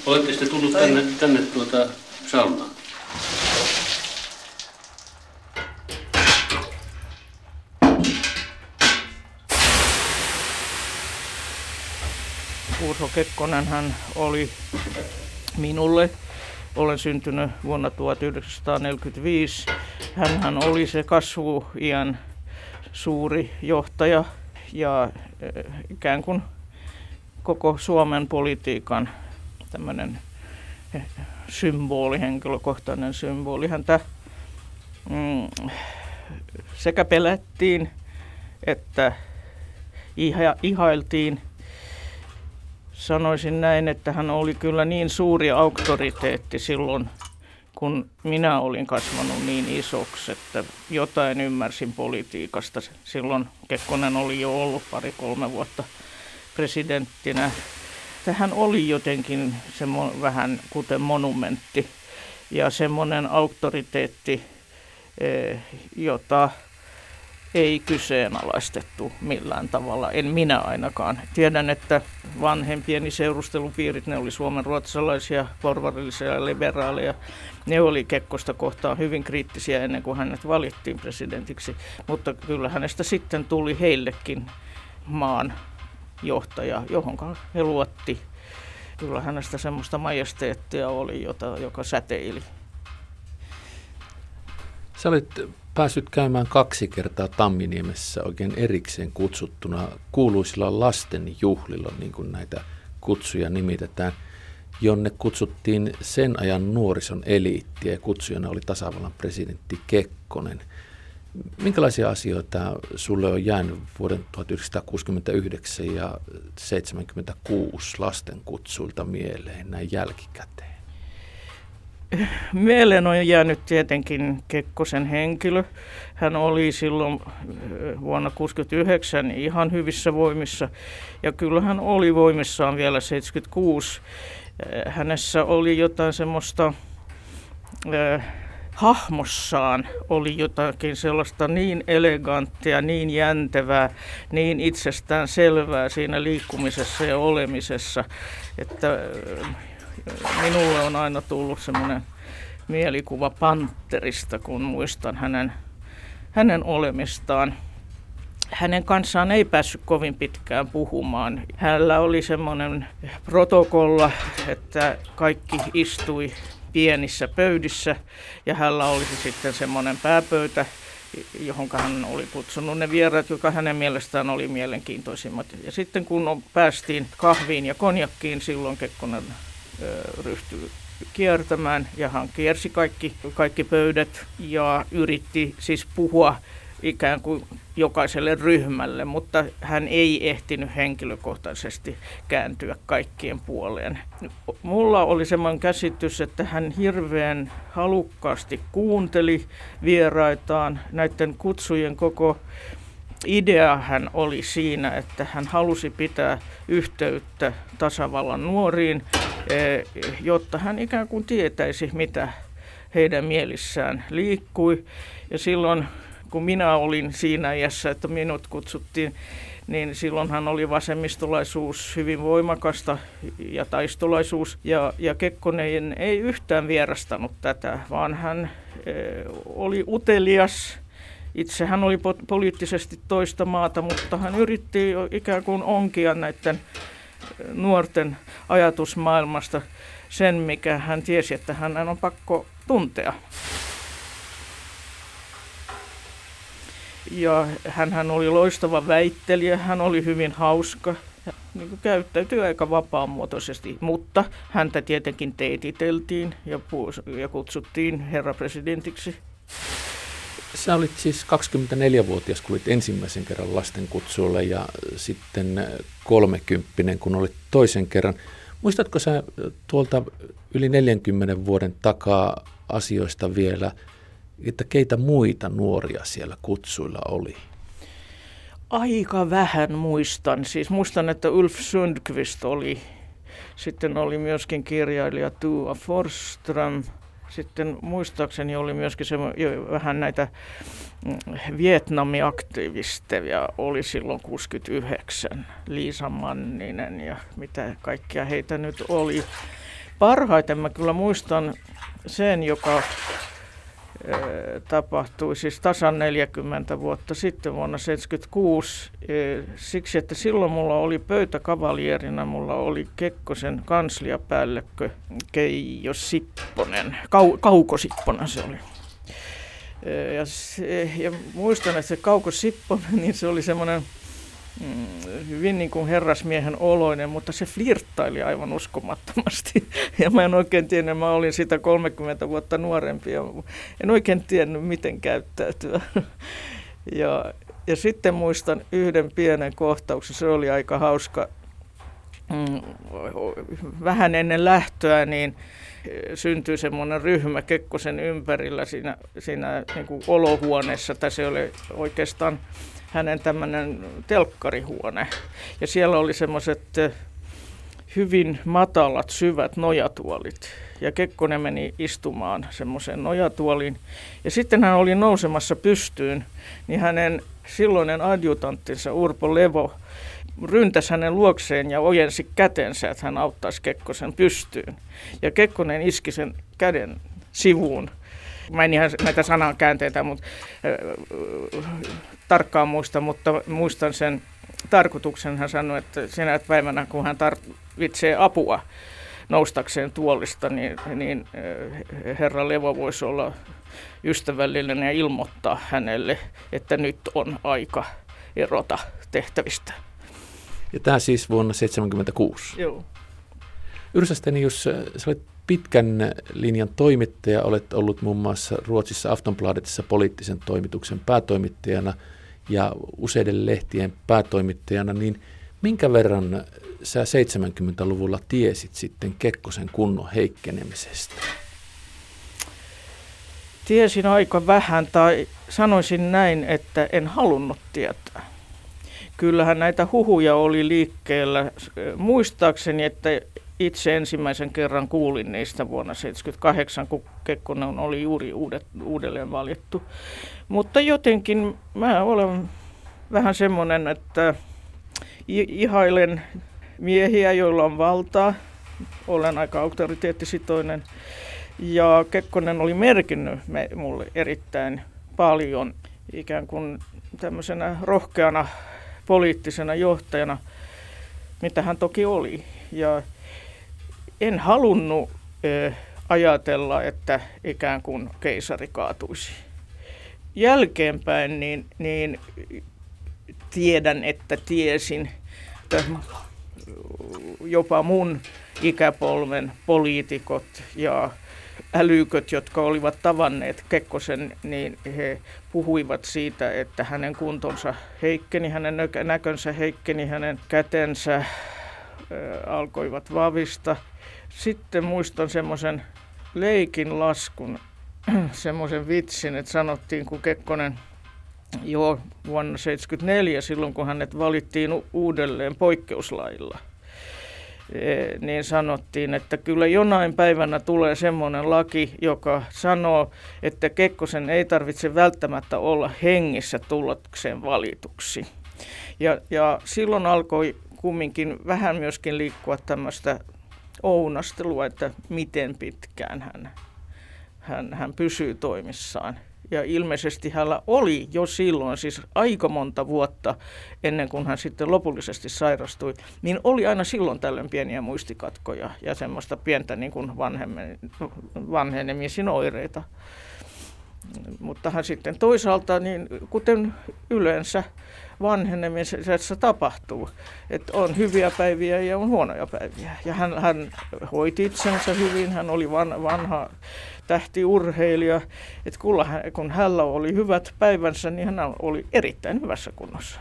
Olette sitten tullut tänne saunaan? Urho Kekkonen hän oli minulle. Olen syntynyt vuonna 1945. Hän oli se kasvuiän suuri johtaja ja ikään kuin koko Suomen politiikan tämmöinen symboli, henkilökohtainen symboli. Häntä sekä pelättiin että ihailtiin. Sanoisin näin, että hän oli kyllä niin suuri auktoriteetti silloin, kun minä olin kasvanut niin isoksi, että jotain ymmärsin politiikasta. Silloin Kekkonen oli jo ollut 2-3 vuotta presidenttinä. Hän oli jotenkin vähän kuten monumentti ja semmoinen auktoriteetti, jota ei kyseenalaistettu millään tavalla, en minä ainakaan. Tiedän, että vanhempieni seurustelupiirit, ne oli suomenruotsalaisia, porvarillisia ja liberaaleja. Ne oli Kekkosta kohtaan hyvin kriittisiä ennen kuin hänet valittiin presidentiksi, mutta kyllä hänestä sitten tuli heillekin maan johtaja, johon he luotti. Kyllä hänestä semmoista majesteettia oli, joka säteili. Sä olit päässyt käymään 2 kertaa Tamminiemessä oikein erikseen kutsuttuna kuuluisilla lastenjuhlilla, niin kuin näitä kutsuja nimitetään, jonne kutsuttiin sen ajan nuorison eliittiä ja kutsujana oli tasavallan presidentti Kekkonen. Minkälaisia asioita sulle on jäänyt vuoden 1969 ja 1976 lastenkutsuilta mieleen näin jälkikäteen? Mieleen on jäänyt tietenkin Kekkosen henkilö. Hän oli silloin vuonna 1969 ihan hyvissä voimissa ja kyllä hän oli voimissaan vielä 1976. Hänessä oli jotain semmoista, hahmossaan oli jotakin sellaista niin eleganttia, niin jäntevää, niin itsestään selvää siinä liikkumisessa ja olemisessa, että minulle on aina tullut semmoinen mielikuva Panterista, kun muistan hänen olemistaan. Hänen kanssaan ei päässyt kovin pitkään puhumaan. Hänellä oli semmoinen protokolla, että kaikki istui pienissä pöydissä ja hänellä olisi sitten semmoinen pääpöytä, johon hän oli kutsunut ne vieraat, joka hänen mielestään oli mielenkiintoisimmat. Ja sitten kun päästiin kahviin ja konjakkiin, silloin Kekkonen ryhtyi kiertämään ja hän kiersi kaikki pöydät ja yritti siis puhua ikään kuin jokaiselle ryhmälle, mutta hän ei ehtinyt henkilökohtaisesti kääntyä kaikkien puoleen. Mulla oli semmoinen käsitys, että hän hirveän halukkaasti kuunteli vieraitaan. Näiden kutsujen koko idea hän oli siinä, että hän halusi pitää yhteyttä tasavallan nuoriin, jotta hän ikään kuin tietäisi, mitä heidän mielissään liikkui. Ja silloin, kun minä olin siinä iässä, että minut kutsuttiin, niin silloinhan oli vasemmistolaisuus hyvin voimakasta ja taistolaisuus. Ja Kekkonen ei yhtään vierastanut tätä, vaan hän oli utelias. Itse hän oli poliittisesti toista maata, mutta hän yritti ikään kuin onkia näiden nuorten ajatusmaailmasta sen, mikä hän tiesi, että hänen on pakko tuntea. Ja hän oli loistava väittelijä, hän oli hyvin hauska, niin käyttäytyi aika vapaamuotoisesti, mutta häntä tietenkin teititeltiin ja kutsuttiin herra presidentiksi. Sä olit siis 24-vuotias, kun olit ensimmäisen kerran lastenkutsulle ja sitten 30, kun olit toisen kerran. Muistatko sä tuolta yli 40 vuoden takaa asioista vielä, että keitä muita nuoria siellä kutsuilla oli? Aika vähän muistan. Siis muistan, että Ulf Sundqvist oli. Sitten oli myöskin kirjailija Tua Forsström. Sitten muistaakseni oli myöskin vähän näitä Vietnami-aktivisteja oli silloin 69. Liisa Manninen ja mitä kaikkia heitä nyt oli. parhaiten mä kyllä muistan sen, joka tapahtui siis tasan 40 vuotta sitten vuonna 1976, siksi että silloin mulla oli pöytäkavalierina, mulla oli Kekkosen kansliapäällikkö Keijo Sipponen, Kauko Sipponen se oli. Ja muistan, että se Kauko Sipponen, niin se oli semmoinen hyvin niin kuin herrasmiehen oloinen, mutta se flirttaili aivan uskomattomasti. Ja mä en oikein tiennyt, mä olin sitä 30 vuotta nuorempi ja en oikein tiennyt, miten käyttäytyä. Ja sitten muistan yhden pienen kohtauksen, se oli aika hauska. Vähän ennen lähtöä niin syntyi semmoinen ryhmä Kekkosen ympärillä siinä niin kuin olohuoneessa, tai se oli oikeastaan hänen tämmöinen telkkarihuone. Ja siellä oli semmoiset hyvin matalat, syvät nojatuolit. Ja Kekkonen meni istumaan semmoiseen nojatuoliin. Ja sitten hän oli nousemassa pystyyn, niin hänen silloinen adjutanttinsa Urpo Levo ryntäsi hänen luokseen ja ojensi kätensä, että hän auttaisi Kekkosen pystyyn. Ja Kekkonen iski sen käden sivuun. Mä en ihan näitä sanankäänteitä tarkkaan muista, mutta muistan sen tarkoituksen. Hän sanoi, että sinä päivänä, kun hän tarvitsee apua noustakseen tuolista, niin herra Levo voisi olla ystävällinen ja ilmoittaa hänelle, että nyt on aika erota tehtävistä. Ja tämä siis vuonna 1976. Joo. Yrjö Stenius, sä olet pitkän linjan toimittaja, olet ollut muun muassa Ruotsissa Aftonbladetissa poliittisen toimituksen päätoimittajana ja useiden lehtien päätoimittajana, niin minkä verran sä 70-luvulla tiesit sitten Kekkosen kunnon heikkenemisestä? Tiesin aika vähän, tai sanoisin näin, että en halunnut tietää. Kyllähän näitä huhuja oli liikkeellä. Muistaakseni, että itse ensimmäisen kerran kuulin niistä vuonna 1978, kun Kekkonen oli juuri uudelleen valittu. Mutta jotenkin mä olen vähän semmoinen, että ihailen miehiä, joilla on valtaa. Olen aika auktoriteettisitoinen. Ja Kekkonen oli merkinnyt mulle erittäin paljon ikään kuin tämmöisenä rohkeana poliittisena johtajana, mitä hän toki oli. Ja en halunnut ajatella, että ikään kuin keisari kaatuisi. Jälkeenpäin niin tiedän, että tiesin, että jopa mun ikäpolven poliitikot ja älyköt, jotka olivat tavanneet Kekkosen, niin he puhuivat siitä, että hänen kuntonsa heikkeni, hänen näkönsä heikkeni, hänen kätensä alkoivat vavista. Sitten muistan semmoisen leikin laskun, semmoisen vitsin, että sanottiin, kun Kekkonen jo vuonna 1974, silloin kun hänet valittiin uudelleen poikkeuslailla, niin sanottiin, että kyllä jonain päivänä tulee semmoinen laki, joka sanoo, että Kekkosen ei tarvitse välttämättä olla hengissä tullakseen valituksi. Ja silloin alkoi kumminkin vähän myöskin liikkua tämmöistä ounastelua, että miten pitkään hän pysyy toimissaan. Ja ilmeisesti hänellä oli jo silloin, siis aika monta vuotta ennen kuin hän sitten lopullisesti sairastui, niin oli aina silloin tällöin pieniä muistikatkoja ja semmoista pientä niin kuin vanhenemisen oireita. Mutta hän sitten toisaalta, niin kuten yleensä vanhenemisessa tapahtuu, että on hyviä päiviä ja on huonoja päiviä. Ja hän hoiti itsensä hyvin, hän oli vanha tähtiurheilija, että kun hänellä oli hyvät päivänsä, niin hän oli erittäin hyvässä kunnossa.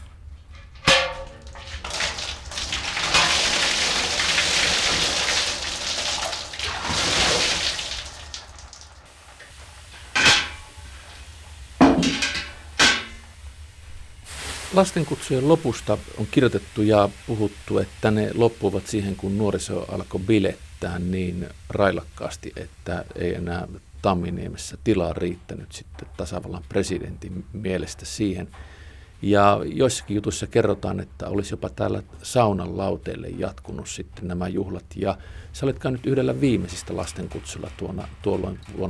Lastenkutsujen lopusta on kirjoitettu ja puhuttu, että ne loppuvat siihen, kun nuoriso alkoi bilettää niin railakkaasti, että ei enää Tamminiemessä tilaa riittänyt sitten tasavallan presidentin mielestä siihen. Ja joissakin jutuissa kerrotaan, että olisi jopa täällä saunan lauteille jatkunut sitten nämä juhlat. Ja sä olet käynyt yhdellä viimeisistä lastenkutsulla tuolloin vuonna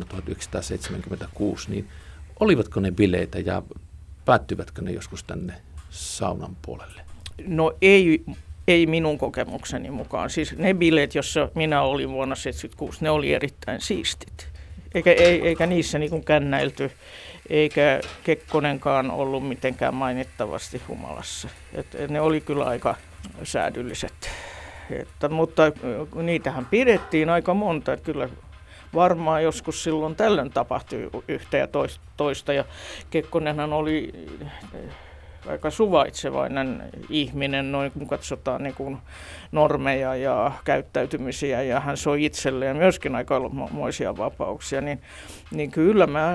1976, niin olivatko ne bileitä ja päättyvätkö ne joskus tänne saunan puolelle? No ei minun kokemukseni mukaan. Siis ne bileet, joissa minä olin vuonna 1976, ne oli erittäin siistit. Eikä niissä niin kuin kännäilty, eikä Kekkonenkaan ollut mitenkään mainittavasti humalassa. Ne oli kyllä aika säädylliset. Mutta niitähän pidettiin aika monta. Että kyllä varmaan joskus silloin tällöin tapahtui yhtä ja toista. Ja Kekkonenhan oli aika suvaitsevainen ihminen, noin kun katsotaan niin kuin normeja ja käyttäytymisiä, ja hän soi itselleen myöskin aikamoisia vapauksia, niin kyllä mä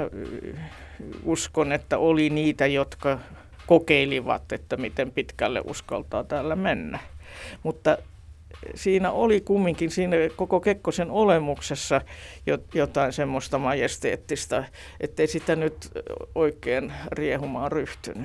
uskon, että oli niitä, jotka kokeilivat, että miten pitkälle uskaltaa täällä mennä. Mutta siinä oli kumminkin siinä koko Kekkosen olemuksessa jotain semmoista majesteettista, ettei sitä nyt oikein riehumaan ryhtynyt.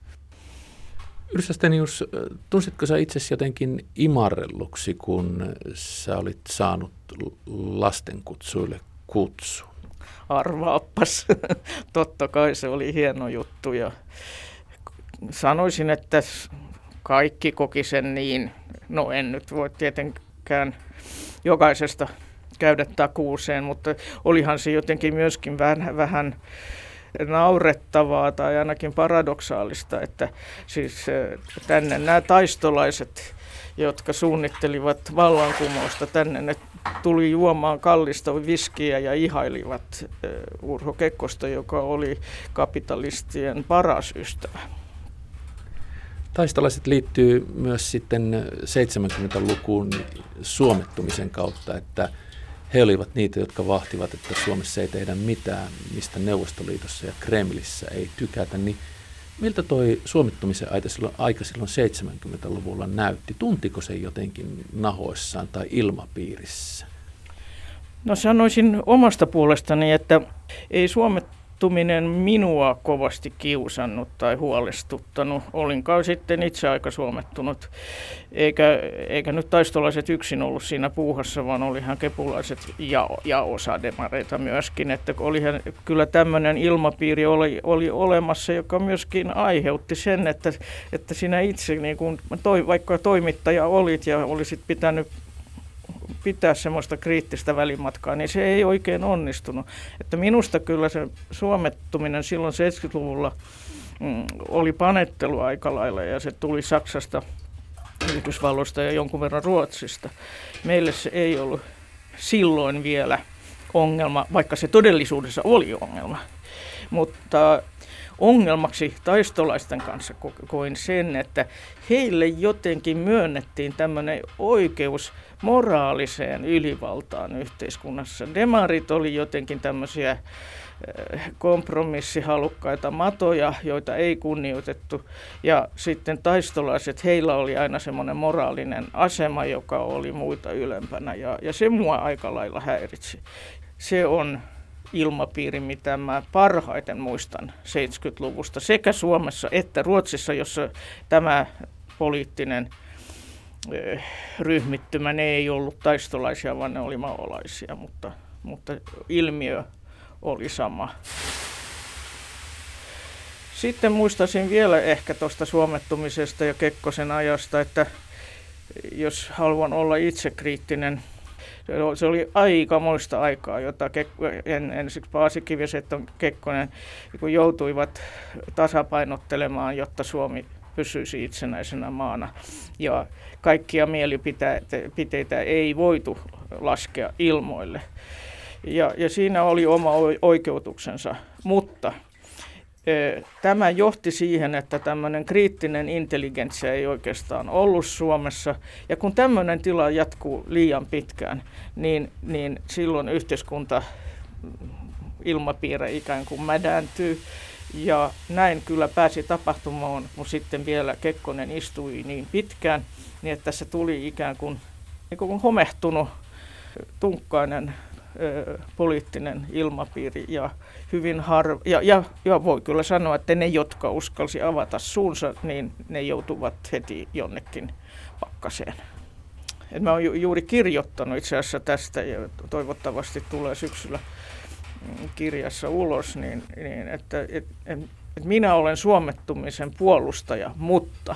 Yrsa Stenius, tunsitko sä itsesi jotenkin imarrelluksi, kun sä olit saanut lastenkutsuille kutsun? Arvaappas. Totta kai se oli hieno juttu ja sanoisin, että kaikki koki sen niin. No en nyt voi tietenkään jokaisesta käydä takuuseen, mutta olihan se jotenkin myöskin vähän naurettavaa tai ainakin paradoksaalista, että siis tänne nämä taistolaiset, jotka suunnittelivat vallankumousta, tänne ne tuli juomaan kallista viskiä ja ihailivat Urho Kekkosta, joka oli kapitalistien paras ystävä. Taistolaiset liittyy myös sitten 70-lukuun suomettumisen kautta, että he olivat niitä, jotka vahtivat, että Suomessa ei tehdä mitään, mistä Neuvostoliitossa ja Kremlissä ei tykätä. Niin miltä toi suomittumisen aika silloin 70-luvulla näytti? Tuntiko se jotenkin nahoissaan tai ilmapiirissä? No sanoisin omasta puolestani, että ei suomettuminen minua kovasti kiusannut tai huolestuttanut. Olinkaan sitten itse aika suomettunut, eikä nyt taistolaiset yksin ollut siinä puuhassa, vaan olihan kepulaiset ja osa demareita myöskin. Että olihan kyllä tämmöinen ilmapiiri oli olemassa, joka myöskin aiheutti sen, että sinä itse, niin kun vaikka toimittaja olit ja olisit pitänyt pitää semmoista kriittistä välimatkaa, niin se ei oikein onnistunut. Että minusta kyllä se suomettuminen silloin 70-luvulla oli panettelu aika lailla, ja se tuli Saksasta, Yhdysvalloista ja jonkun verran Ruotsista. Meille se ei ollut silloin vielä ongelma, vaikka se todellisuudessa oli ongelma. Mutta ongelmaksi taistolaisten kanssa koin sen, että heille jotenkin myönnettiin tämmöinen oikeus moraaliseen ylivaltaan yhteiskunnassa. Demarit oli jotenkin tämmöisiä kompromissihalukkaita matoja, joita ei kunnioitettu. Ja sitten taistolaiset, heillä oli aina semmoinen moraalinen asema, joka oli muita ylempänä. Ja se mua aika lailla häiritsi. Se on ilmapiiri, mitä mä parhaiten muistan 70-luvusta sekä Suomessa että Ruotsissa, jossa tämä poliittinen ryhmittymä, ne ei ollut taistolaisia, vaan ne oli maolaisia, mutta ilmiö oli sama. Sitten muistaisin vielä ehkä tuosta suomettumisesta ja Kekkosen ajasta, että jos haluan olla itsekriittinen, se oli aikamoista aikaa, jota ensiksi Paasi Kiviset ja Kekkonen kun joutuivat tasapainottelemaan, jotta Suomi pysyisi itsenäisenä maana. Ja kaikkia mielipiteitä ei voitu laskea ilmoille. Ja siinä oli oma oikeutuksensa, mutta tämä johti siihen, että tämmöinen kriittinen intelligenssia ei oikeastaan ollut Suomessa. Ja kun tämmöinen tila jatkuu liian pitkään, niin silloin yhteiskunta ilmapiiri ikään kuin mädäntyy. Ja näin kyllä pääsi tapahtumaan, kun sitten vielä Kekkonen istui niin pitkään, niin että tässä tuli ikään kuin homehtunut tunkkainen poliittinen ilmapiiri ja hyvin ja voi kyllä sanoa, että ne, jotka uskalsi avata suunsa, niin ne joutuvat heti jonnekin pakkaseen. Mä oon juuri kirjoittanut itse asiassa tästä ja toivottavasti tulee syksyllä kirjassa ulos, niin että minä olen suomettumisen puolustaja, mutta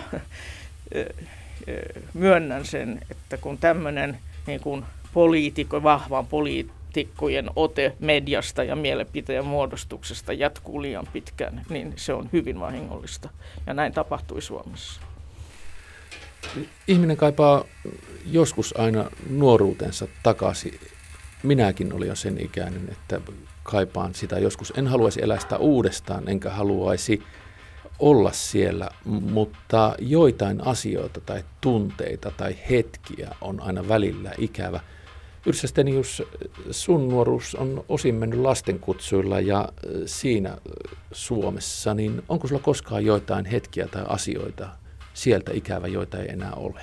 myönnän sen, että kun tämmöinen niin kuin vahvan poliitikkojen ote mediasta ja mielipiteen muodostuksesta jatkuu liian pitkään, niin se on hyvin vahingollista. Ja näin tapahtui Suomessa. Ihminen kaipaa joskus aina nuoruutensa takaisin. Minäkin olin jo sen ikäinen, että kaipaan sitä joskus. En haluaisi elää sitä uudestaan, enkä haluaisi olla siellä, mutta joitain asioita tai tunteita tai hetkiä on aina välillä ikävä. Yrjö Stenius, sun nuoruus on osin mennyt lastenkutsuilla ja siinä Suomessa, niin onko sulla koskaan joitain hetkiä tai asioita sieltä ikävä, joita ei enää ole?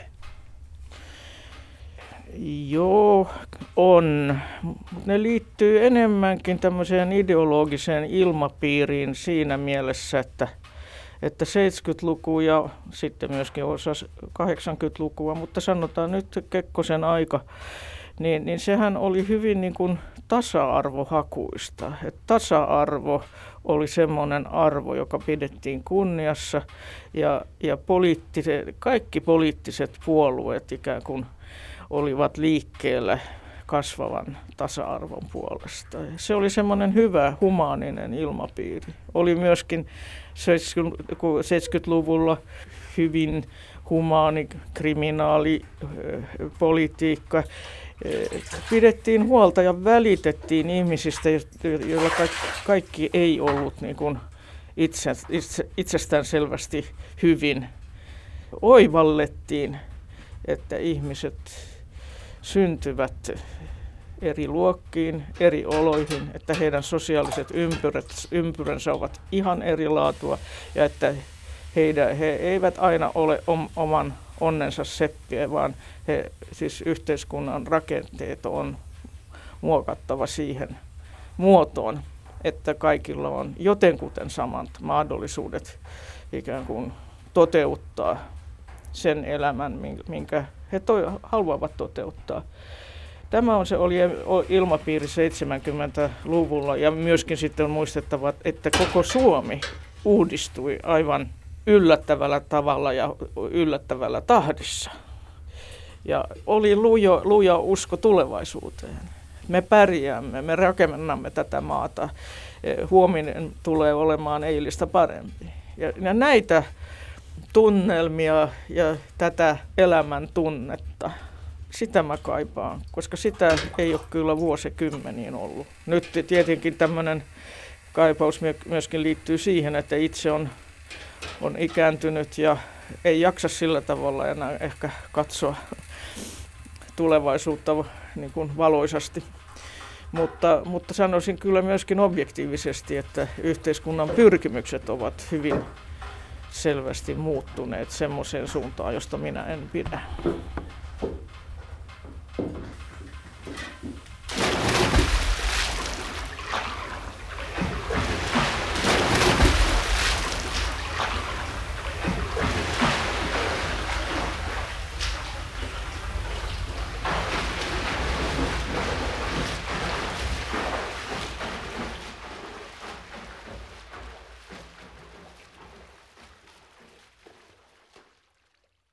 Joo, on. Ne liittyy enemmänkin tämmöiseen ideologiseen ilmapiiriin siinä mielessä, että 70-luku ja sitten myöskin osa 80-lukua, mutta sanotaan nyt Kekkosen aika, niin sehän oli hyvin niin kuin tasa-arvohakuista. Et tasa-arvo oli semmoinen arvo, joka pidettiin kunniassa ja kaikki poliittiset puolueet ikään kuin olivat liikkeellä kasvavan tasa-arvon puolesta. Se oli semmoinen hyvä, humaaninen ilmapiiri. Oli myöskin 70-luvulla hyvin humaani kriminaalipolitiikka. Pidettiin huolta ja välitettiin ihmisistä, joilla kaikki ei ollut niin kuin itsestään selvästi hyvin. Oivallettiin, että ihmiset syntyvät eri luokkiin, eri oloihin, että heidän sosiaaliset ympyränsä ovat ihan eri laatua ja että he eivät aina ole oman onnensa seppiä, vaan siis yhteiskunnan rakenteet on muokattava siihen muotoon, että kaikilla on jotenkuten samat mahdollisuudet ikään kuin toteuttaa sen elämän, minkä he haluavat toteuttaa. Tämä oli ilmapiiri 70-luvulla ja myöskin sitten on muistettava, että koko Suomi uudistui aivan yllättävällä tavalla ja yllättävällä tahdissa. Ja oli luja usko tulevaisuuteen. Me pärjäämme, me rakennamme tätä maata. Huominen tulee olemaan eilistä parempi. Ja näitä tunnelmia ja tätä elämän tunnetta, sitä mä kaipaan, koska sitä ei ole kyllä vuosikymmeniin ollut. Nyt tietenkin tämmöinen kaipaus myöskin liittyy siihen, että itse on ikääntynyt ja ei jaksa sillä tavalla enää ehkä katsoa tulevaisuutta niin kuin valoisasti. Mutta sanoisin kyllä myöskin objektiivisesti, että yhteiskunnan pyrkimykset ovat hyvin selvästi muuttuneet semmoiseen suuntaan, josta minä en pidä.